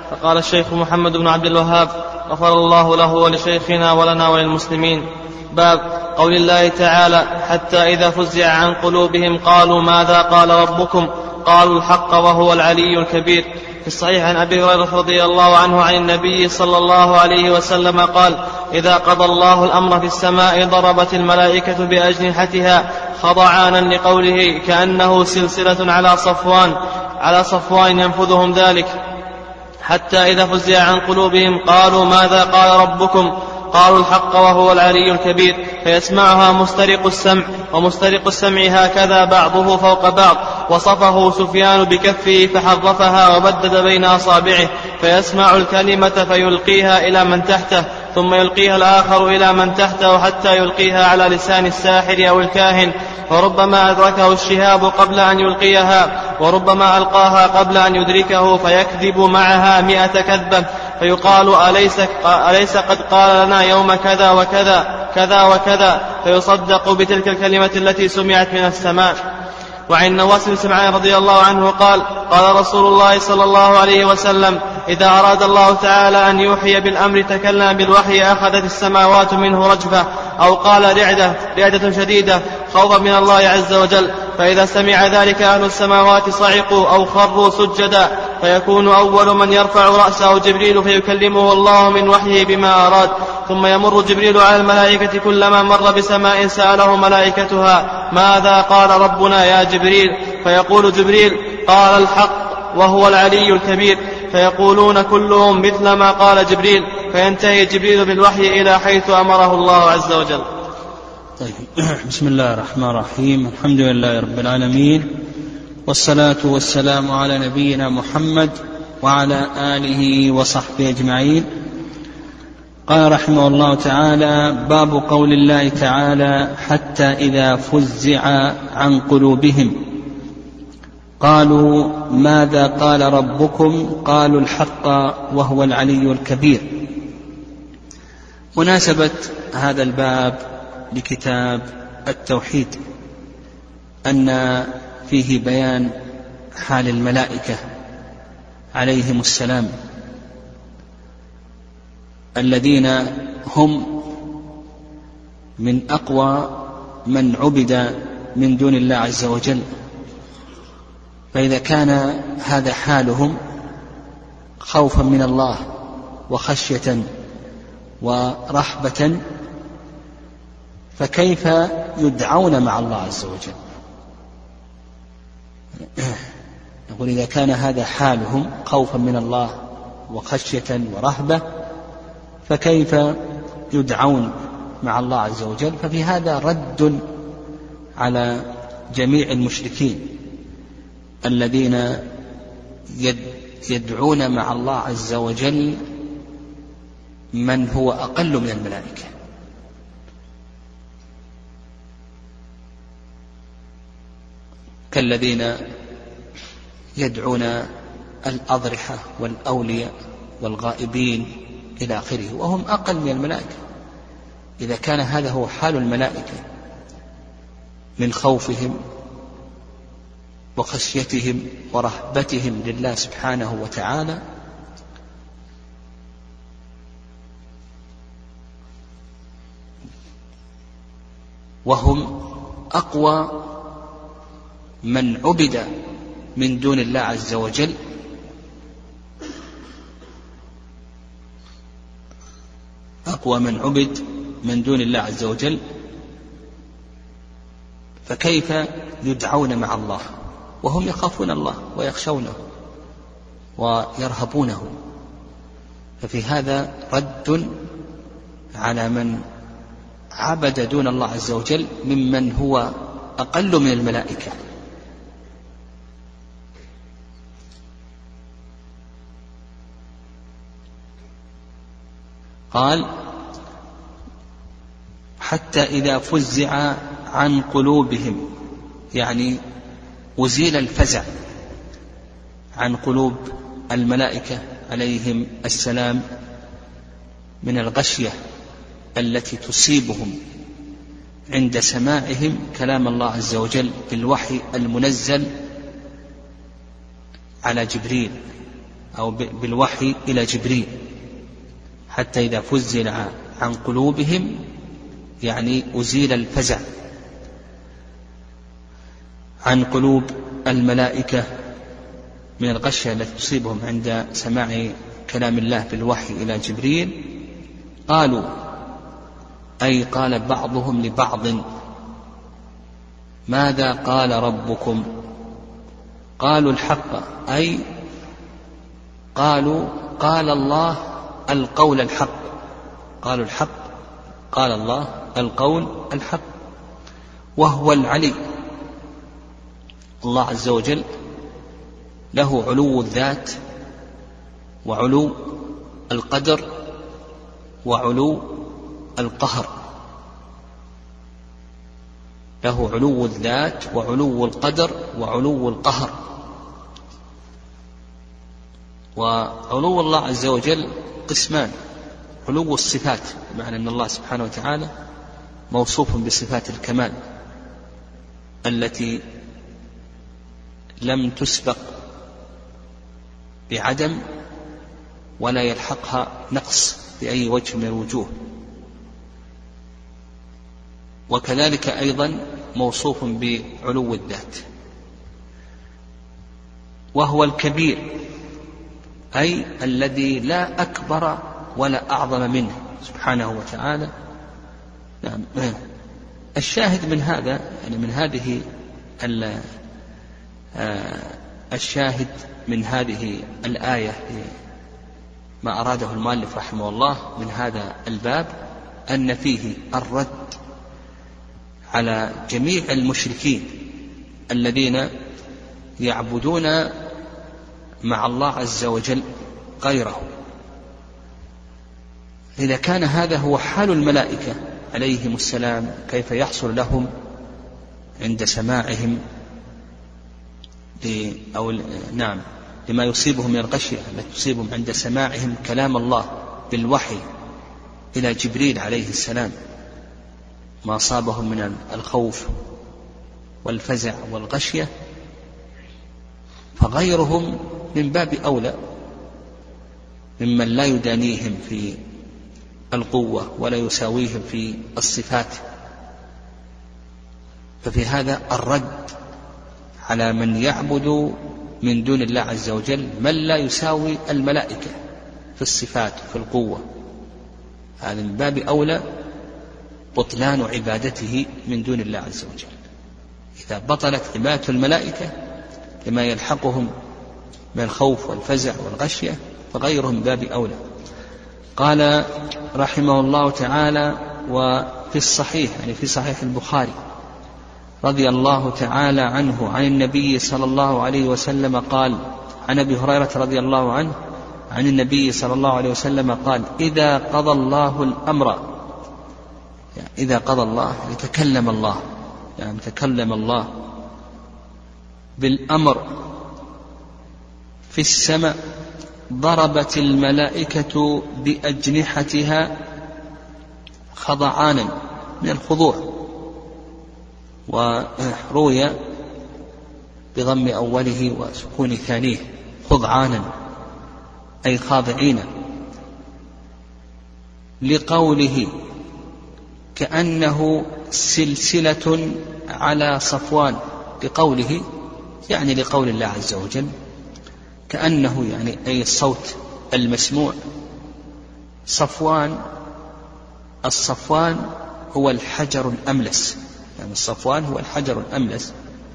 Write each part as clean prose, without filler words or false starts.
فقال الشيخ محمد بن عبد الوهاب غفر الله له ولشيخنا ولنا وللمسلمين. باب قول الله تعالى حتى إذا فزع عن قلوبهم قالوا ماذا قال ربكم قالوا الحق وهو العلي الكبير. في الصحيح عن أبي هريرة رضي الله عنه عن النبي صلى الله عليه وسلم قال إذا قضى الله الأمر في السماء ضربت الملائكة بأجنحتها خضعانا لقوله كأنه سلسلة على صفوان ينفذهم ذلك حتى إذا فزع عن قلوبهم قالوا ماذا قال ربكم قالوا الحق وهو العلي الكبير فيسمعها مسترق السمع ومسترق السمع هكذا بعضه فوق بعض. وصفه سفيان بكفه فحرفها وبدد بين أصابعه فيسمع الكلمة فيلقيها إلى من تحته ثم يلقيها الآخر إلى من تحته حتى يلقيها على لسان الساحر أو الكاهن فربما أدركه الشهاب قبل أن يلقيها وربما ألقاها قبل أن يدركه فيكذب معها 100 كذبة فيقال أليس قد قال لنا يوم كذا وكذا كذا وكذا فيصدق بتلك الكلمة التي سمعت من السماء. وعن نواس بن سمعان رضي الله عنه قال قال رسول الله صلى الله عليه وسلم إذا أراد الله تعالى أن يوحي بالأمر تكلم بالوحي أخذت السماوات منه رجفة أو قال رعدة شديدة خوفا من الله عز وجل فإذا سمع ذلك أهل السماوات صعقوا أو خروا سجدا فيكون أول من يرفع رأسه جبريل فيكلمه الله من وحيه بما أراد ثم يمر جبريل على الملائكة كلما مر بسماء سأله ملائكتها ماذا قال ربنا يا جبريل فيقول جبريل قال الحق وهو العلي الكبير فيقولون كلهم مثل ما قال جبريل فينتهي جبريل بالوحي إلى حيث أمره الله عز وجل. طيب. بسم الله الرحمن الرحيم الحمد لله رب العالمين والصلاة والسلام على نبينا محمد وعلى آله وصحبه أجمعين. قال رحمه الله تعالى باب قول الله تعالى حتى إذا فزع عن قلوبهم قالوا ماذا قال ربكم قالوا الحق وهو العلي الكبير. مناسبة هذا الباب لكتاب التوحيد أن فيه بيان حال الملائكة عليهم السلام الذين هم من أقوى من عبد من دون الله عز وجل. فإذا كان هذا حالهم خوفا من الله وخشية ورحبة فكيف يدعون مع الله عز وجل؟ نقول إذا كان هذا حالهم خوفا من الله وخشية ورهبة فكيف يدعون مع الله عز وجل؟ ففي هذا رد على جميع المشركين الذين يدعون مع الله عز وجل من هو أقل من الملائكة. كالذين يدعون الأضرحة والأولياء والغائبين إلى آخره وهم أقل من الملائكة. إذا كان هذا هو حال الملائكة من خوفهم وخشيتهم ورهبتهم لله سبحانه وتعالى وهم أقوى من عبد من دون الله عز وجل أقوى من عبد من دون الله عز وجل فكيف يدعون مع الله وهم يخافون الله ويخشونه ويرهبونه؟ ففي هذا رد على من عبد دون الله عز وجل ممن هو أقل من الملائكة. قال حتى إذا فزع عن قلوبهم يعني أزيل الفزع عن قلوب الملائكة عليهم السلام من الغشية التي تصيبهم عند سماعهم كلام الله عز وجل بالوحي المنزل على جبريل أو بالوحي إلى جبريل، حتى إذا فزع عن قلوبهم يعني أزيل الفزع عن قلوب الملائكة من الغشية التي تصيبهم عند سماع كلام الله بالوحي إلى جبريل. قالوا أي قال بعضهم لبعض ماذا قال ربكم؟ قالوا الحق، أي قالوا قال الله القول الحق، قالوا الحق قال الله القول الحق، وهو العلي. الله عز وجل له علو الذات وعلو القدر وعلو القهر، له علو الذات وعلو القدر وعلو القهر. وعلو الله عز وجل قسمان: علو الصفات، بمعنى أن الله سبحانه وتعالى موصوف بصفات الكمال التي لم تسبق بعدم ولا يلحقها نقص بأي وجه من الوجوه، وكذلك أيضا موصوف بعلو الذات. وهو الكبير، أي الذي لا أكبر ولا أعظم منه سبحانه وتعالى. نعم. الشاهد من هذا، يعني من هذه الشاهد من هذه الآية ما أراده المؤلف رحمه الله من هذا الباب أن فيه الرد على جميع المشركين الذين يعبدون مع الله عز وجل غيره. إذا كان هذا هو حال الملائكة عليهم السلام، كيف يحصل لهم عند سماعهم لما يصيبهم من الغشية التي تصيبهم عند سماعهم كلام الله بالوحي إلى جبريل عليه السلام، ما أصابهم من الخوف والفزع والغشية، فغيرهم من باب أولى ممن لا يدانيهم في القوة ولا يساويهم في الصفات. ففي هذا الرد على من يعبد من دون الله عز وجل من لا يساوي الملائكة في الصفات في القوة، هذا من باب أولى بطلان عبادته من دون الله عز وجل. إذا بطلت عبادة الملائكة لما يلحقهم من الخوف والفزع والغشية فغيرهم باب أولى. قال رحمه الله تعالى: وفي الصحيح، يعني في صحيح البخاري، رضي الله تعالى عنه عن النبي صلى الله عليه وسلم قال: عن أبي هريرة رضي الله عنه عن النبي صلى الله عليه وسلم قال: إذا قضى الله الأمر، يعني إذا قضى الله يتكلم الله، يعني تكلم الله بالأمر في السماء، ضربت الملائكة بأجنحتها خضعانا من الخضوع، وروي بضم أوله وسكون ثانيه خضعانا أي خاضعين، لقوله كأنه سلسلة على صفوان، لقوله يعني لقول الله عز وجل، كأنه يعني أي الصوت المسموع. صفوان، الصفوان هو الحجر الأملس، يعني الصفوان هو الحجر الأملس،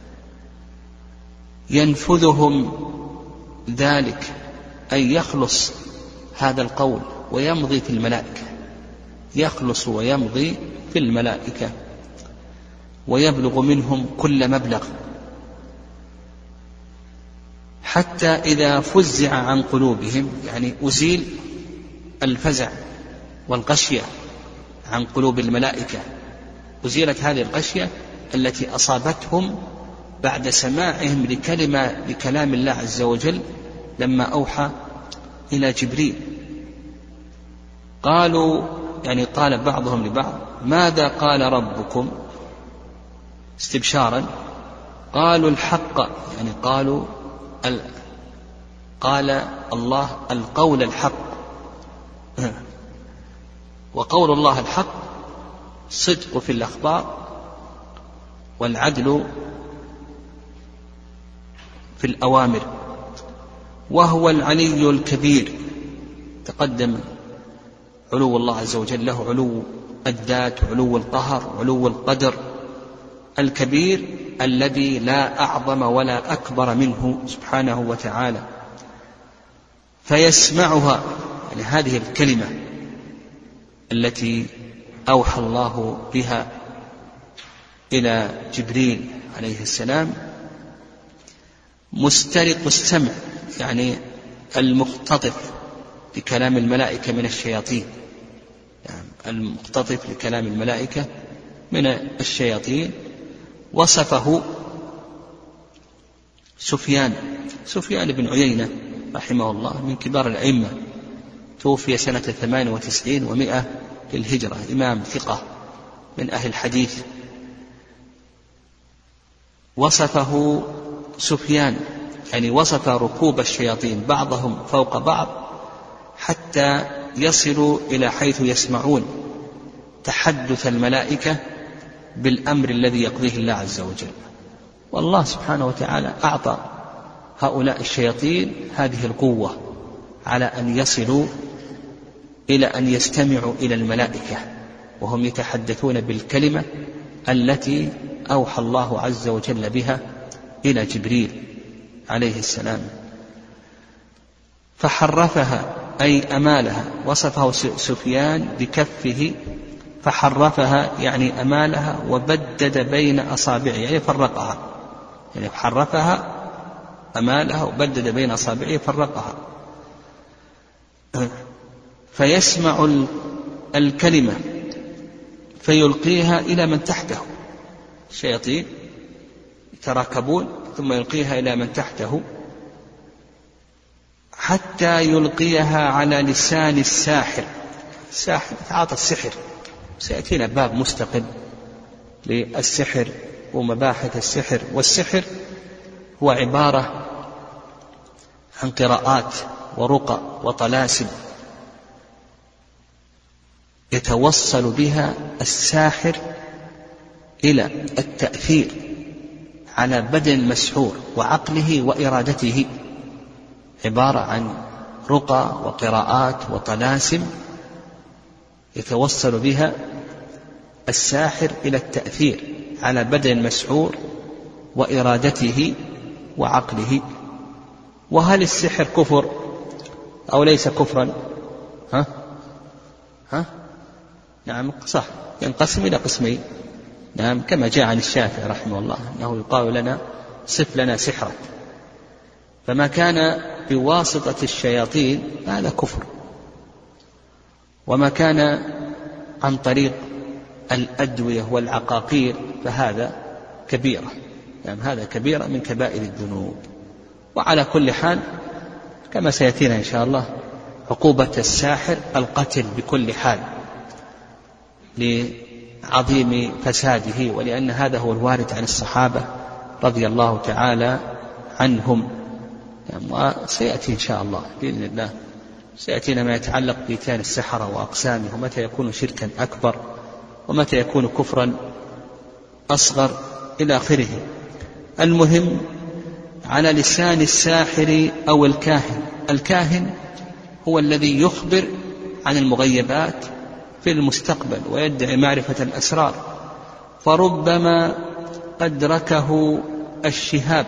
ينفذهم ذلك أي يخلص هذا القول ويمضي في الملائكة، يخلص ويمضي في الملائكة ويبلغ منهم كل مبلغ، حتى إذا فزع عن قلوبهم، يعني أزيل الفزع والغشية عن قلوب الملائكة، أزيلت هذه الغشية التي أصابتهم بعد سماعهم لكلام الله عز وجل لما أوحى إلى جبريل. قالوا، يعني قال بعضهم لبعض: ماذا قال ربكم؟ استبشارا. قالوا الحق، يعني قالوا قال الله القول الحق، وقول الله الحق صدق في الأخبار والعدل في الأوامر، وهو العلي الكبير. تقدم علو الله عز وجل، له علو الذات وعلو القهر وعلو القدر، الكبير الذي لا أعظم ولا أكبر منه سبحانه وتعالى. فيسمعها، يعني هذه الكلمة التي أوحى الله بها إلى جبريل عليه السلام، مسترق السمع، يعني المختطف لكلام الملائكة من الشياطين، يعني المختطف لكلام الملائكة من الشياطين. وصفه سفيان بن عيينة رحمه الله من كبار الأئمة، توفي سنة 98 و100 للهجرة، إمام ثقة من أهل الحديث. وصفه سفيان، يعني وصف ركوب الشياطين بعضهم فوق بعض حتى يصلوا إلى حيث يسمعون تحدث الملائكة بالأمر الذي يقضيه الله عز وجل. والله سبحانه وتعالى أعطى هؤلاء الشياطين هذه القوة على أن يصلوا إلى أن يستمعوا إلى الملائكة وهم يتحدثون بالكلمة التي أوحى الله عز وجل بها إلى جبريل عليه السلام. فحرفها أي أمالها، وصفه سفيان بكفه، فحرفها يعني أمالها، وبدد بين أصابعه يعني فرقها، يعني حرفها أمالها وبدد بين أصابعه فرقها. فيسمع الكلمة فيلقيها إلى من تحته، الشياطين يتراكبون ثم يلقيها إلى من تحته حتى يلقيها على لسان الساحر. الساحر تعاطى السحر، سيأتينا باب مستقل للسحر ومباحث السحر. والسحر هو عبارة عن قراءات ورقى وطلاسم يتوصل بها الساحر إلى التأثير على بدن المسحور وعقله وإرادته، عبارة عن رقى وقراءات وطلاسم يتوصل بها الساحر إلى التأثير على بدن المسحور وإرادته وعقله. وهل السحر كفر أو ليس كفرا؟ نعم صح، ينقسم إلى قسمين. نعم، كما جاء عن الشافعي رحمه الله أنه يقال لنا صف لنا سحرك، فما كان بواسطة الشياطين هذا كفر، وما كان عن طريق الأدوية والعقاقير فهذا كبيرة، يعني هذا كبيرة من كبائر الذنوب. وعلى كل حال كما سيأتينا إن شاء الله عقوبة الساحر القتل بكل حال لعظيم فساده، ولأن هذا هو الوارد عن الصحابة رضي الله تعالى عنهم. وسيأتي إن شاء الله بإذن الله سيأتينا ما يتعلق بإتيان السحرة وأقسامه، ومتى يكون شركا أكبر ومتى يكون كفرا أصغر إلى آخره. المهم على لسان الساحر أو الكاهن. الكاهن هو الذي يخبر عن المغيبات في المستقبل ويدعي معرفة الأسرار، فربما أدركه الشهاب،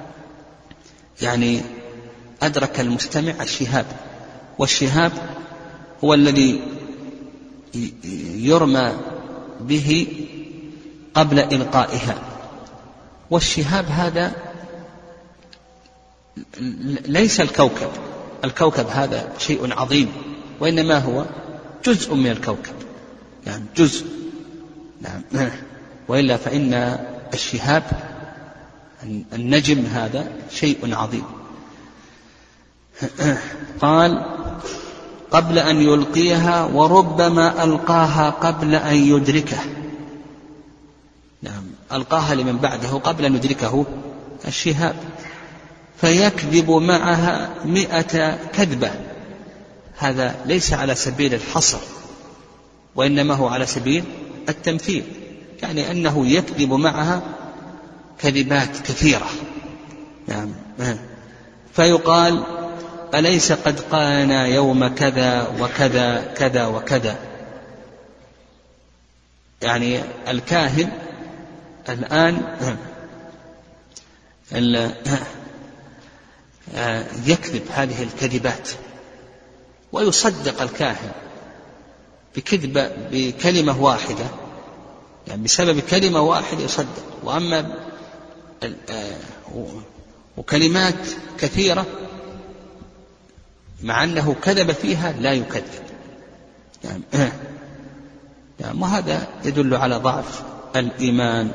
يعني أدرك المستمع الشهاب، والشهاب هو الذي يرمى به قبل إلقائها. والشهاب هذا ليس الكوكب هذا شيء عظيم، وإنما هو جزء من الكوكب، يعني جزء. نعم، وإلا فإن الشهاب النجم هذا شيء عظيم. قال قبل أن يلقيها، وربما ألقاها قبل أن يدركه. نعم، ألقاها لمن بعده قبل أن يدركه الشهاب. فيكذب معها 100 كذبة. هذا ليس على سبيل الحصر، وإنما هو على سبيل التمثيل، يعني أنه يكذب معها كذبات كثيرة. نعم. فيقال: أليس قد قالنا يوم كذا وكذا كذا وكذا؟ يعني الكاهن الآن يكذب هذه الكذبات، ويصدق الكاهن بكلمة واحدة، يعني بسبب كلمة واحدة يصدق. وأما وكلمات كثيرة مع أنه كذب فيها لا يكذب، يعني وهذا يدل على ضعف الإيمان.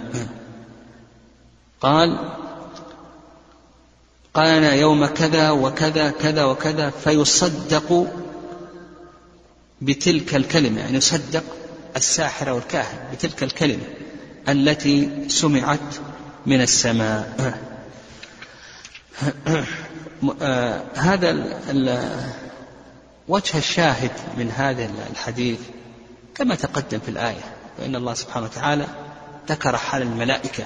قالنا يوم كذا وكذا كذا وكذا، فيصدق بتلك الكلمة، يعني يصدق الساحر والكاهن بتلك الكلمة التي سمعت من السماء. هذا وجه الشاهد من هذا الحديث كما تقدم في الآية، وإن الله سبحانه وتعالى ذكر حال الملائكة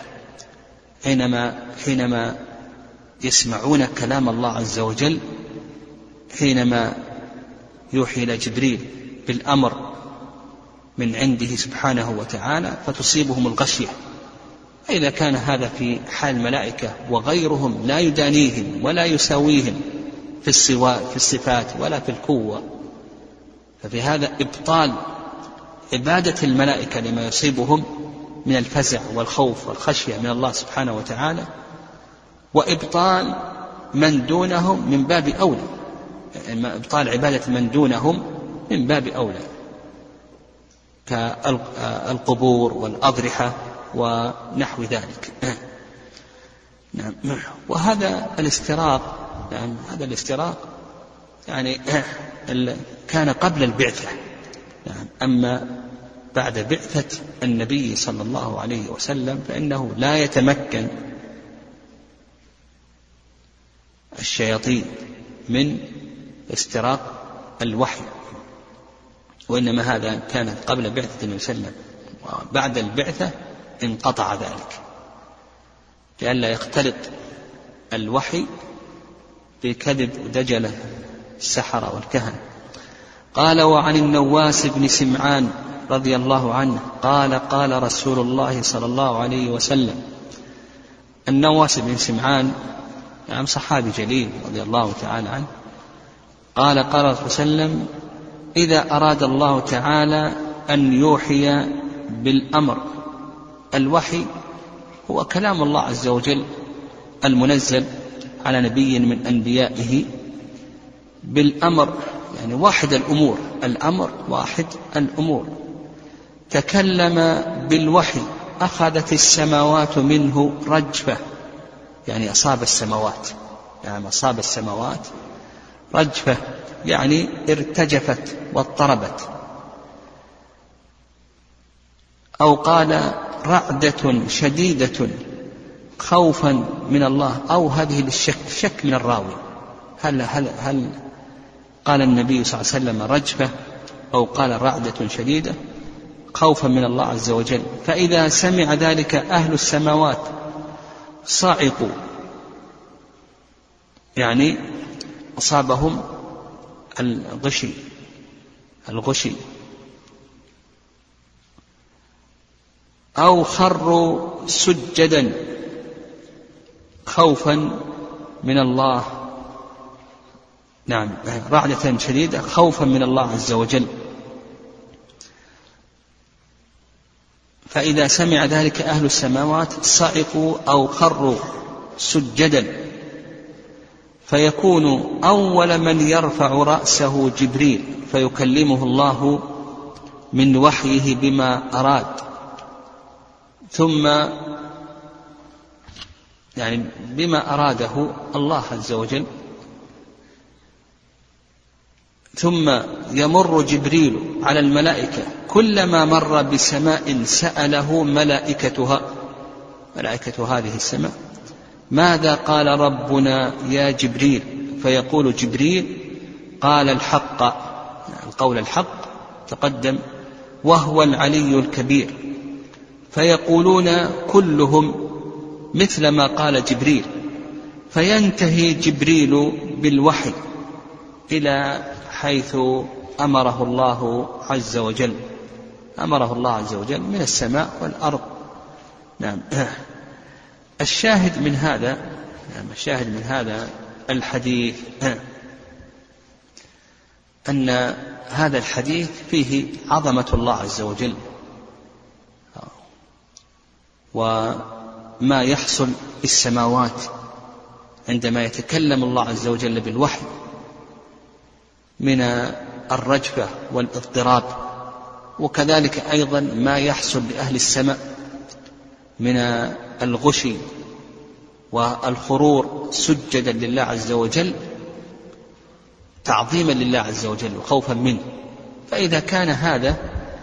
حينما يسمعون كلام الله عز وجل، حينما يوحي إلى جبريل بالأمر من عنده سبحانه وتعالى فتصيبهم الغشية. إذا كان هذا في حال الملائكة وغيرهم لا يدانيهم ولا يساويهم في الصفات ولا في القوة، ففي هذا إبطال عبادة الملائكة لما يصيبهم من الفزع والخوف والخشية من الله سبحانه وتعالى، وإبطال من دونهم من باب أولى، يعني إبطال عبادة من دونهم من باب أولى كالقبور والأضرحة ونحو ذلك. وهذا الافتراق، يعني هذا الافتراق يعني كان قبل البعثة، يعني أما بعد بعثة النبي صلى الله عليه وسلم فإنه لا يتمكن الشياطين من استراق الوحي، وإنما هذا كان قبل بعثة النبي صلى الله عليه وسلم، وبعد البعثة انقطع ذلك لئلا يختلط الوحي بكذب ودجل السحرة والكهنة. قال: وعن النواس بن سمعان رضي الله عنه قال: قال رسول الله صلى الله عليه وسلم. النواس بن سمعان يعني صحابي جليل رضي الله تعالى عنه، قال: قال رسول الله صلى الله عليه وسلم: إذا أراد الله تعالى أن يوحي بالأمر، الوحي هو كلام الله عز وجل المنزل على نبي من أنبيائه، بالأمر يعني واحد الأمور، الأمر واحد الأمور، تكلم بالوحي أخذت السماوات منه رجفة، يعني أصاب السماوات، يعني أصاب السماوات رجفة، يعني ارتجفت واضطربت. أو قال رعدة شديدة خوفا من الله، أو هذه للشك من الراوي، هل قال النبي صلى الله عليه وسلم رجفة أو قال رعدة شديدة خوفا من الله عز وجل؟ فإذا سمع ذلك أهل السماوات صعقوا، يعني أصابهم الغشي، أو خروا سجدا خوفا من الله، نعم رعدة شديدة خوفا من الله عز وجل. فإذا سمع ذلك أهل السماوات صعقوا أو خروا سجدا، فيكون أول من يرفع رأسه جبريل فيكلمه الله من وحيه بما أراد، ثم يعني بما أراده الله عز وجل، ثم يمر جبريل على الملائكة، كلما مر بسماء سأله ملائكة هذه السماء ماذا قال ربنا يا جبريل؟ فيقول جبريل قال الحق، القول الحق تقدم، وهو العلي الكبير. فيقولون كلهم مثل ما قال جبريل، فينتهي جبريل بالوحي إلى حيث أمره الله عز وجل، أمره الله عز وجل من السماء والأرض. نعم. الشاهد من هذا الحديث أن هذا الحديث فيه عظمة الله عز وجل، وما يحصل في السماوات عندما يتكلم الله عز وجل بالوحي من الرجفة والاضطراب، وكذلك أيضا ما يحصل لأهل السماء من الغشي والخرور سجدا لله عز وجل، تعظيما لله عز وجل وخوفا منه. فإذا كان هذا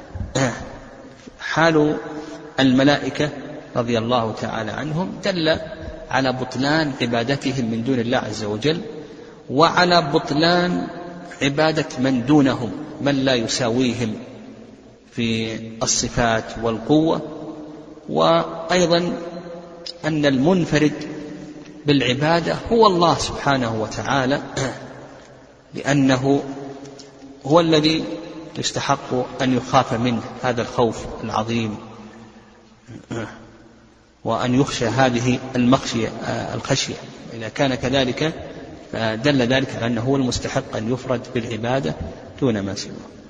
حال الملائكة رضي الله تعالى عنهم، دل على بطلان عبادتهم من دون الله عز وجل، وعلى بطلان عبادة من دونهم، من لا يساويهم في الصفات والقوة، وأيضا أن المنفرد بالعبادة هو الله سبحانه وتعالى، لأنه هو الذي يستحق أن يخاف منه هذا الخوف العظيم، وأن يخشى هذه الخشية. إذا كان كذلك فدل ذلك على أنه هو المستحق أن يفرد بالعبادة دون ما سواه.